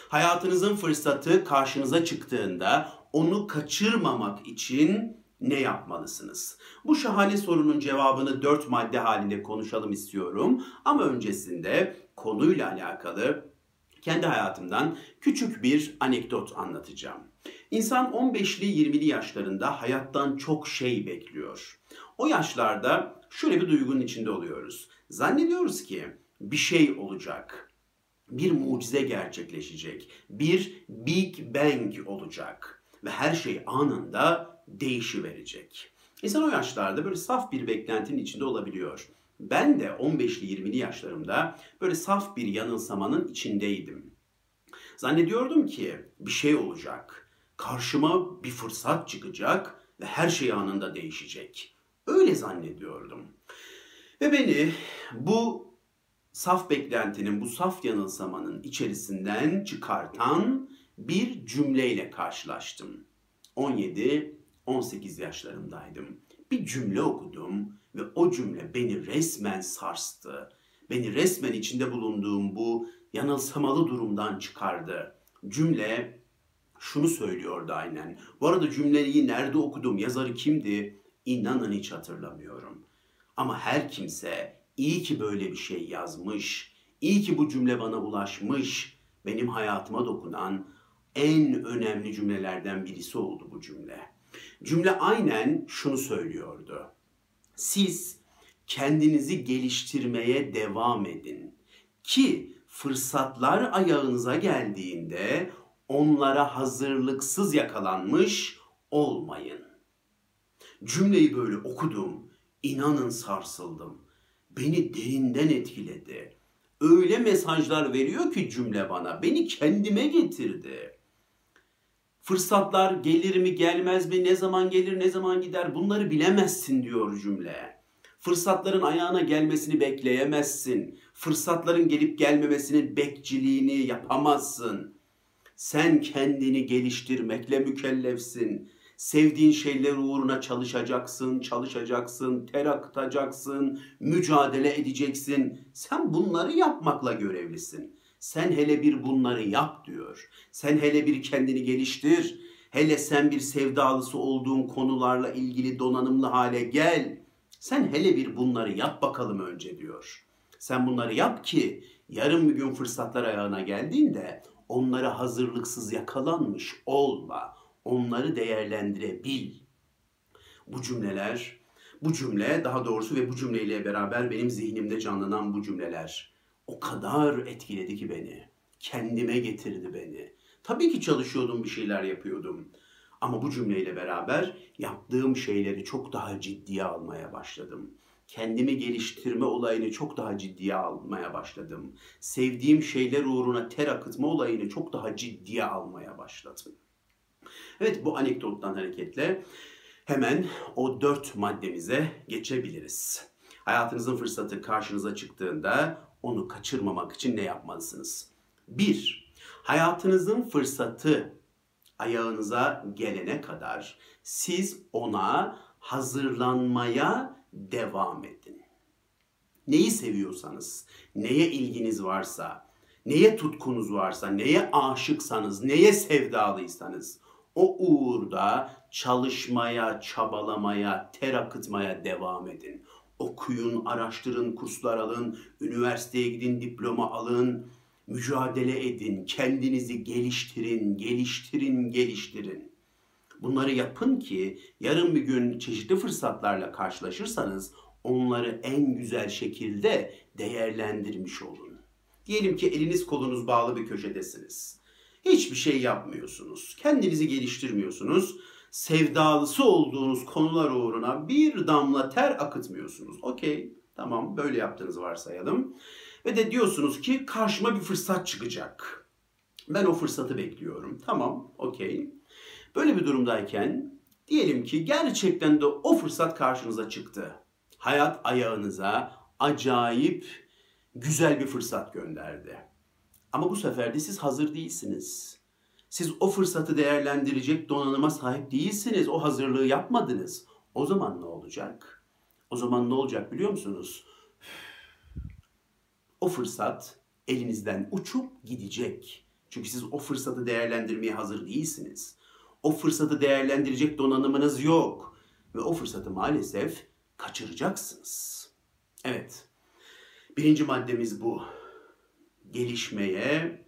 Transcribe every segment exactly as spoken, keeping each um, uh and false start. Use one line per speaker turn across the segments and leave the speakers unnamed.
Hayatınızın fırsatı karşınıza çıktığında onu kaçırmamak için ne yapmalısınız? Bu şahane sorunun cevabını dört madde halinde konuşalım istiyorum. Ama öncesinde konuyla alakalı kendi hayatımdan küçük bir anekdot anlatacağım. İnsan on beşli yirmili yaşlarında hayattan çok şey bekliyor. O yaşlarda şöyle bir duygunun içinde oluyoruz. Zannediyoruz ki bir şey olacak. Bir mucize gerçekleşecek. Bir Big Bang olacak. Ve her şey anında değişiverecek. İnsan o yaşlarda böyle saf bir beklentinin içinde olabiliyor. Ben de on beşli yirmili yaşlarımda böyle saf bir yanılsamanın içindeydim. Zannediyordum ki bir şey olacak. Karşıma bir fırsat çıkacak ve her şey anında değişecek. Öyle zannediyordum. Ve beni bu saf beklentinin, bu saf yanılsamanın içerisinden çıkartan bir cümleyle karşılaştım. on yedi on sekiz yaşlarındaydım. Bir cümle okudum ve o cümle beni resmen sarstı. Beni resmen içinde bulunduğum bu yanılsamalı durumdan çıkardı. Cümle şunu söylüyordu aynen. Bu arada cümleyi nerede okudum, yazarı kimdi? İnanın hiç hatırlamıyorum. Ama her kimse iyi ki böyle bir şey yazmış, iyi ki bu cümle bana ulaşmış, benim hayatıma dokunan en önemli cümlelerden birisi oldu bu cümle. Cümle aynen şunu söylüyordu. Siz kendinizi geliştirmeye devam edin ki fırsatlar ayağınıza geldiğinde onlara hazırlıksız yakalanmış olmayın. Cümleyi böyle okudum, inanın sarsıldım. Beni derinden etkiledi. Öyle mesajlar veriyor ki cümle bana, beni kendime getirdi. Fırsatlar gelir mi gelmez mi, ne zaman gelir ne zaman gider bunları bilemezsin diyor cümle. Fırsatların ayağına gelmesini bekleyemezsin. Fırsatların gelip gelmemesinin bekçiliğini yapamazsın. Sen kendini geliştirmekle mükellefsin. Sevdiğin şeyler uğruna çalışacaksın, çalışacaksın, ter akıtacaksın, mücadele edeceksin. Sen bunları yapmakla görevlisin. Sen hele bir bunları yap diyor. Sen hele bir kendini geliştir. Hele sen bir sevdalısı olduğun konularla ilgili donanımlı hale gel. Sen hele bir bunları yap bakalım önce diyor. Sen bunları yap ki yarın bir gün fırsatlar ayağına geldiğinde onlara hazırlıksız yakalanmış olma. Onları değerlendirebil. Bu cümleler, bu cümle daha doğrusu ve bu cümleyle beraber benim zihnimde canlanan bu cümleler o kadar etkiledi ki beni. Kendime getirdi beni. Tabii ki çalışıyordum, bir şeyler yapıyordum. Ama bu cümleyle beraber yaptığım şeyleri çok daha ciddiye almaya başladım. Kendimi geliştirme olayını çok daha ciddiye almaya başladım. Sevdiğim şeyler uğruna ter akıtma olayını çok daha ciddiye almaya başladım. Evet, bu anekdottan hareketle hemen o dört maddemize geçebiliriz. Hayatınızın fırsatı karşınıza çıktığında onu kaçırmamak için ne yapmalısınız? Bir, hayatınızın fırsatı ayağınıza gelene kadar siz ona hazırlanmaya devam edin. Neyi seviyorsanız, neye ilginiz varsa, neye tutkunuz varsa, neye aşıksanız, neye sevdalıysanız o uğurda çalışmaya, çabalamaya, ter akıtmaya devam edin. Okuyun, araştırın, kurslar alın, üniversiteye gidin, diploma alın, mücadele edin, kendinizi geliştirin, geliştirin, geliştirin. Bunları yapın ki yarın bir gün çeşitli fırsatlarla karşılaşırsanız onları en güzel şekilde değerlendirmiş olun. Diyelim ki eliniz kolunuz bağlı bir köşedesiniz. Hiçbir şey yapmıyorsunuz. Kendinizi geliştirmiyorsunuz. Sevdalısı olduğunuz konular uğruna bir damla ter akıtmıyorsunuz. Okey, tamam, böyle yaptığınızı varsayalım. Ve de diyorsunuz ki karşıma bir fırsat çıkacak. Ben o fırsatı bekliyorum. Tamam, okey. Böyle bir durumdayken diyelim ki gerçekten de o fırsat karşınıza çıktı. Hayat ayağınıza acayip güzel bir fırsat gönderdi. Ama bu sefer de siz hazır değilsiniz. Siz o fırsatı değerlendirecek donanıma sahip değilsiniz. O hazırlığı yapmadınız. O zaman ne olacak? O zaman ne olacak biliyor musunuz? O fırsat elinizden uçup gidecek. Çünkü siz o fırsatı değerlendirmeye hazır değilsiniz. O fırsatı değerlendirecek donanımınız yok. Ve o fırsatı maalesef kaçıracaksınız. Evet. Birinci maddemiz bu. Gelişmeye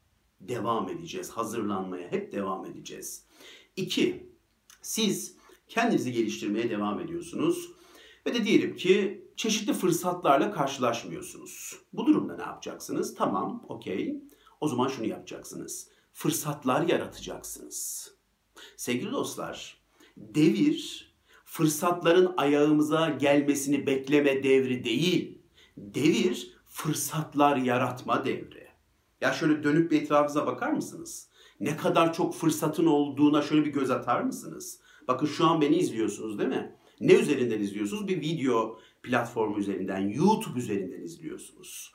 devam edeceğiz. Hazırlanmaya hep devam edeceğiz. İki, siz kendinizi geliştirmeye devam ediyorsunuz. Ve de diyelim ki çeşitli fırsatlarla karşılaşmıyorsunuz. Bu durumda ne yapacaksınız? Tamam, okey. O zaman şunu yapacaksınız. Fırsatlar yaratacaksınız. Sevgili dostlar, devir fırsatların ayağımıza gelmesini bekleme devri değil. Devir fırsatlar yaratma devri. Ya şöyle dönüp bir etrafınıza bakar mısınız? Ne kadar çok fırsatın olduğuna şöyle bir göz atar mısınız? Bakın şu an beni izliyorsunuz değil mi? Ne üzerinden izliyorsunuz? Bir video platformu üzerinden, YouTube üzerinden izliyorsunuz.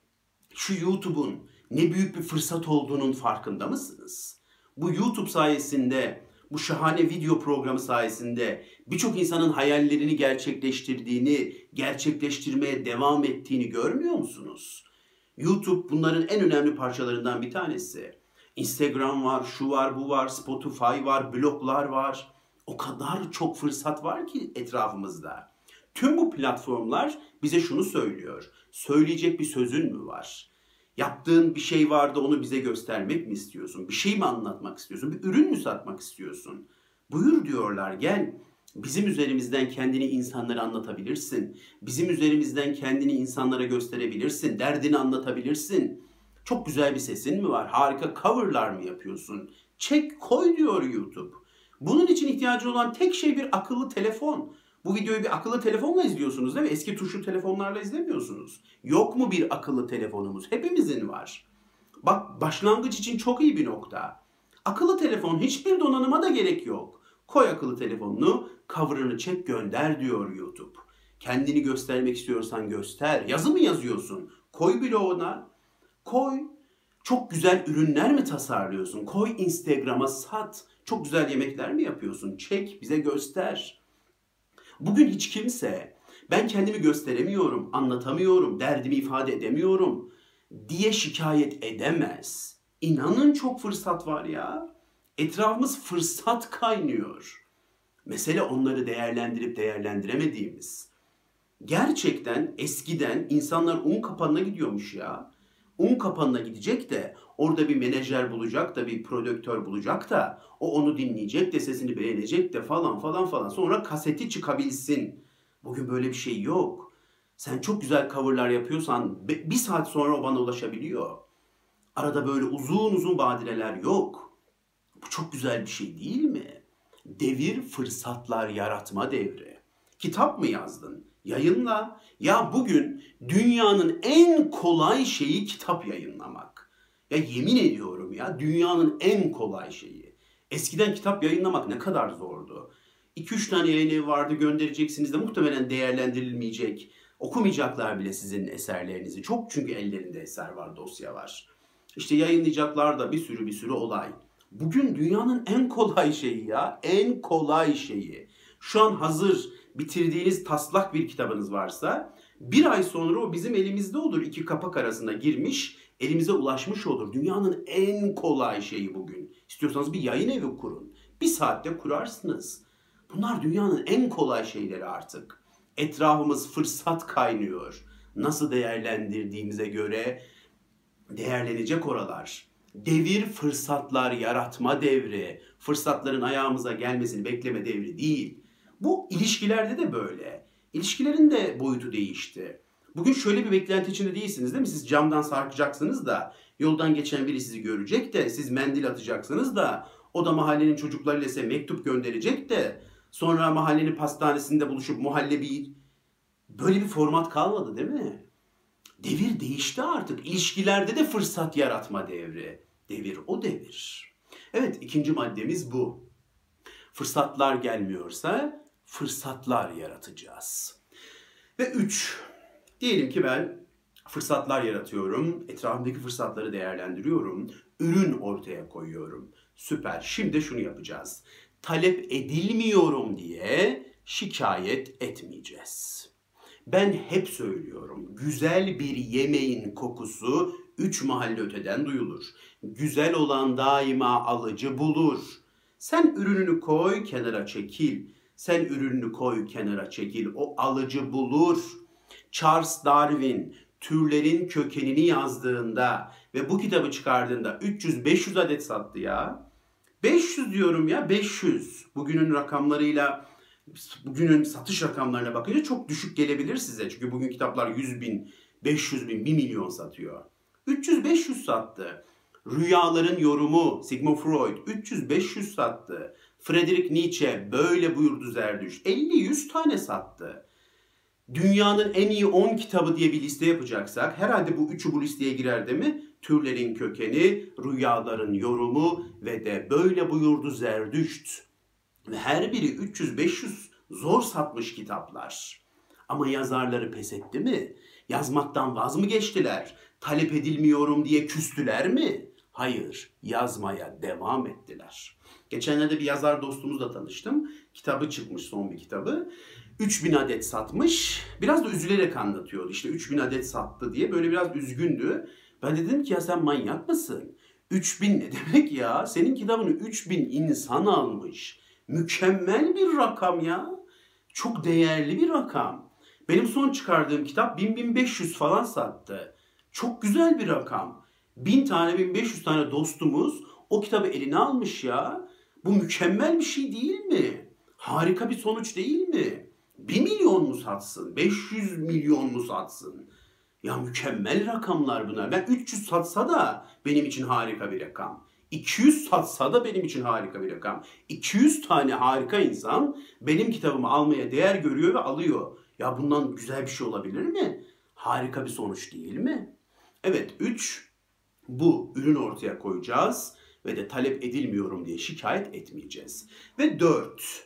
Şu YouTube'un ne büyük bir fırsat olduğunun farkında mısınız? Bu YouTube sayesinde, bu şahane video programı sayesinde birçok insanın hayallerini gerçekleştirdiğini, gerçekleştirmeye devam ettiğini görmüyor musunuz? YouTube bunların en önemli parçalarından bir tanesi. Instagram var, şu var, bu var, Spotify var, bloglar var. O kadar çok fırsat var ki etrafımızda. Tüm bu platformlar bize şunu söylüyor. Söyleyecek bir sözün mü var? Yaptığın bir şey vardı, onu bize göstermek mi istiyorsun? Bir şey mi anlatmak istiyorsun? Bir ürün mü satmak istiyorsun? Buyur diyorlar, gel. Bizim üzerimizden kendini insanlara anlatabilirsin. Bizim üzerimizden kendini insanlara gösterebilirsin. Derdini anlatabilirsin. Çok güzel bir sesin mi var? Harika coverlar mı yapıyorsun? Çek koy diyor YouTube. Bunun için ihtiyacı olan tek şey bir akıllı telefon. Bu videoyu bir akıllı telefonla izliyorsunuz değil mi? Eski tuşlu telefonlarla izlemiyorsunuz. Yok mu bir akıllı telefonumuz? Hepimizin var. Bak, başlangıç için çok iyi bir nokta. Akıllı telefon, hiçbir donanıma da gerek yok. Koy akıllı telefonunu, cover'ını çek gönder diyor YouTube. Kendini göstermek istiyorsan göster. Yazı mı yazıyorsun? Koy bloğuna. Koy. Çok güzel ürünler mi tasarlıyorsun? Koy Instagram'a sat. Çok güzel yemekler mi yapıyorsun? Çek, bize göster. Bugün hiç kimse ben kendimi gösteremiyorum, anlatamıyorum, derdimi ifade edemiyorum diye şikayet edemez. İnanın çok fırsat var ya. Etrafımız fırsat kaynıyor. Mesele onları değerlendirip değerlendiremediğimiz. Gerçekten eskiden insanlar un kapanına gidiyormuş ya. Un kapanına gidecek de orada bir menajer bulacak da bir prodüktör bulacak da o onu dinleyecek de sesini beğenecek de falan falan falan. Sonra kaseti çıkabilsin. Bugün böyle bir şey yok. Sen çok güzel coverlar yapıyorsan bir saat sonra o bana ulaşabiliyor. Arada böyle uzun uzun badireler yok. Bu çok güzel bir şey değil mi? Devir fırsatlar yaratma devri. Kitap mı yazdın? Yayınla. Ya bugün dünyanın en kolay şeyi kitap yayınlamak. Ya yemin ediyorum ya, dünyanın en kolay şeyi. Eskiden kitap yayınlamak ne kadar zordu. iki üç tane yayın evi vardı, göndereceksiniz de muhtemelen değerlendirilmeyecek. Okumayacaklar bile sizin eserlerinizi. Çok, çünkü ellerinde eser var, dosya var. İşte yayınlayacaklar da bir sürü bir sürü olay. Bugün dünyanın en kolay şeyi ya. En kolay şeyi. Şu an hazır bitirdiğiniz taslak bir kitabınız varsa bir ay sonra o bizim elimizde olur. İki kapak arasında girmiş, elimize ulaşmış olur. Dünyanın en kolay şeyi bugün. İstiyorsanız bir yayın evi kurun. Bir saatte kurarsınız. Bunlar dünyanın en kolay şeyleri artık. Etrafımız fırsat kaynıyor. Nasıl değerlendirdiğimize göre değerlenecek oralar. Devir fırsatlar yaratma devri. Fırsatların ayağımıza gelmesini bekleme devri değil. Bu ilişkilerde de böyle. İlişkilerin de boyutu değişti. Bugün şöyle bir beklenti içinde değilsiniz değil mi? Siz camdan sarkacaksınız da yoldan geçen biri sizi görecek de siz mendil atacaksınız da o da mahallenin çocuklarıyla size mektup gönderecek de sonra mahallenin pastanesinde buluşup muhallebi, böyle bir format kalmadı değil mi? Devir değişti artık. İlişkilerde de fırsat yaratma devri. Devir o devir. Evet, ikinci maddemiz bu. Fırsatlar gelmiyorsa fırsatlar yaratacağız. Ve üç. Diyelim ki ben fırsatlar yaratıyorum. Etrafımdaki fırsatları değerlendiriyorum. Ürün ortaya koyuyorum. Süper. Şimdi şunu yapacağız. Talep edilmiyorum diye şikayet etmeyeceğiz. Ben hep söylüyorum, güzel bir yemeğin kokusu Üç mahalle öteden duyulur. Güzel olan daima alıcı bulur. Sen ürününü koy, kenara çekil. Sen ürününü koy, kenara çekil. O alıcı bulur. Charles Darwin türlerin kökenini yazdığında ve bu kitabı çıkardığında üç yüz beş yüz adet sattı ya. beş yüz diyorum ya, beş yüz. Bugünün rakamlarıyla, bugünün satış rakamlarına bakınca çok düşük gelebilir size. Çünkü bugün kitaplar yüz bin, beş yüz bin, bir milyon satıyor. üç yüz beş yüz sattı. Rüyaların yorumu Sigmund Freud üç yüz beş yüz sattı. Friedrich Nietzsche böyle buyurdu Zerdüşt elli yüz tane sattı. Dünyanın en iyi on kitabı diye bir liste yapacaksak herhalde bu üçü bu listeye girer değil mi? Türlerin kökeni, rüyaların yorumu ve de böyle buyurdu Zerdüşt. Ve her biri üç yüz beş yüz zor satmış kitaplar. Ama yazarları pes etti mi? Yazmaktan vaz mı geçtiler? Talep edilmiyorum diye küstüler mi? Hayır, yazmaya devam ettiler. Geçenlerde bir yazar dostumuzla tanıştım. Kitabı çıkmış, son bir kitabı. üç bin adet satmış. Biraz da üzülerek anlatıyordu. İşte üç bin adet sattı diye böyle biraz üzgündü. Ben de dedim ki ya sen manyak mısın? üç bin ne demek ya? Senin kitabını üç bin insan almış. Mükemmel bir rakam ya. Çok değerli bir rakam. Benim son çıkardığım kitap bin bin beş yüz falan sattı. Çok güzel bir rakam. bin tane, bin beş yüz tane dostumuz o kitabı eline almış ya. Bu mükemmel bir şey değil mi? Harika bir sonuç değil mi? bir milyon mu satsın? beş yüz milyon mu satsın? Ya mükemmel rakamlar bunlar. Ben üç yüz satsa da benim için harika bir rakam. iki yüz satsa da benim için harika bir rakam. iki yüz tane harika insan benim kitabımı almaya değer görüyor ve alıyor. Ya bundan güzel bir şey olabilir mi? Harika bir sonuç değil mi? Evet, üç, bu ürün ortaya koyacağız ve de talep edilmiyorum diye şikayet etmeyeceğiz. Ve dört,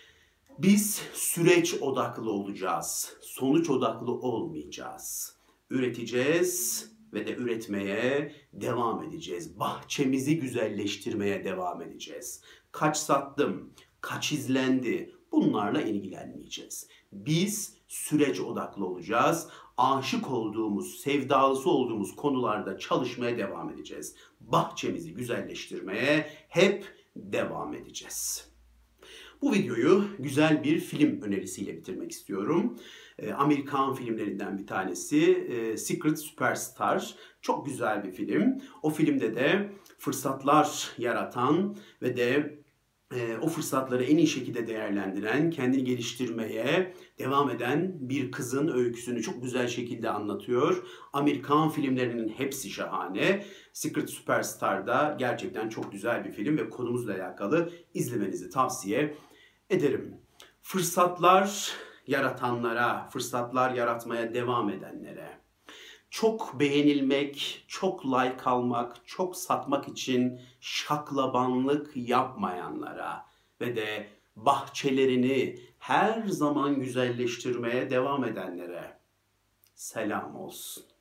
biz süreç odaklı olacağız. Sonuç odaklı olmayacağız. Üreteceğiz ve de üretmeye devam edeceğiz. Bahçemizi güzelleştirmeye devam edeceğiz. Kaç sattım, kaç izlendi, bunlarla ilgilenmeyeceğiz. Biz süreç odaklı olacağız. Aşık olduğumuz, sevdalısı olduğumuz konularda çalışmaya devam edeceğiz. Bahçemizi güzelleştirmeye hep devam edeceğiz. Bu videoyu güzel bir film önerisiyle bitirmek istiyorum. Amerikan filmlerinden bir tanesi Secret Superstar. Çok güzel bir film. O filmde de fırsatlar yaratan ve de o fırsatları en iyi şekilde değerlendiren, kendini geliştirmeye devam eden bir kızın öyküsünü çok güzel şekilde anlatıyor. Amerikan filmlerinin hepsi şahane. Secret Superstar'da gerçekten çok güzel bir film ve konumuzla alakalı izlemenizi tavsiye ederim. Fırsatlar yaratanlara, fırsatlar yaratmaya devam edenlere, çok beğenilmek, çok like almak, çok satmak için şaklabanlık yapmayanlara ve de bahçelerini her zaman güzelleştirmeye devam edenlere selam olsun.